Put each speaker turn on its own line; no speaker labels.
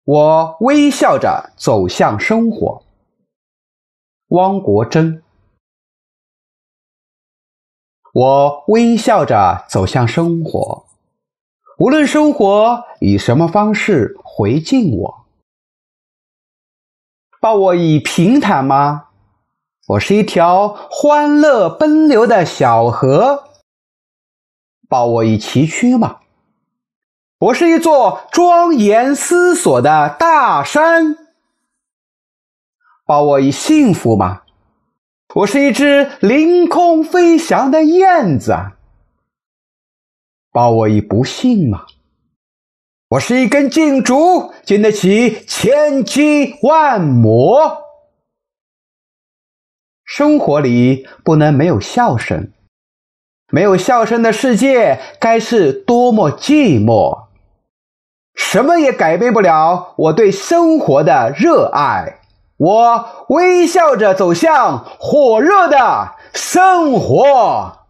我微笑着走向生活。汪国真。我微笑着走向生活，无论生活以什么方式回敬我。抱我以平坦吗？我是一条欢乐奔流的小河。抱我以崎岖吗？我是一座庄严思索的大山。抱我以幸福吗？我是一只凌空飞翔的燕子。抱我以不幸吗？我是一根劲竹，经得起千击万磨。生活里不能没有笑声，没有笑声的世界该是多么寂寞。什么也改变不了我对生活的热爱。我微笑着走向火热的生活。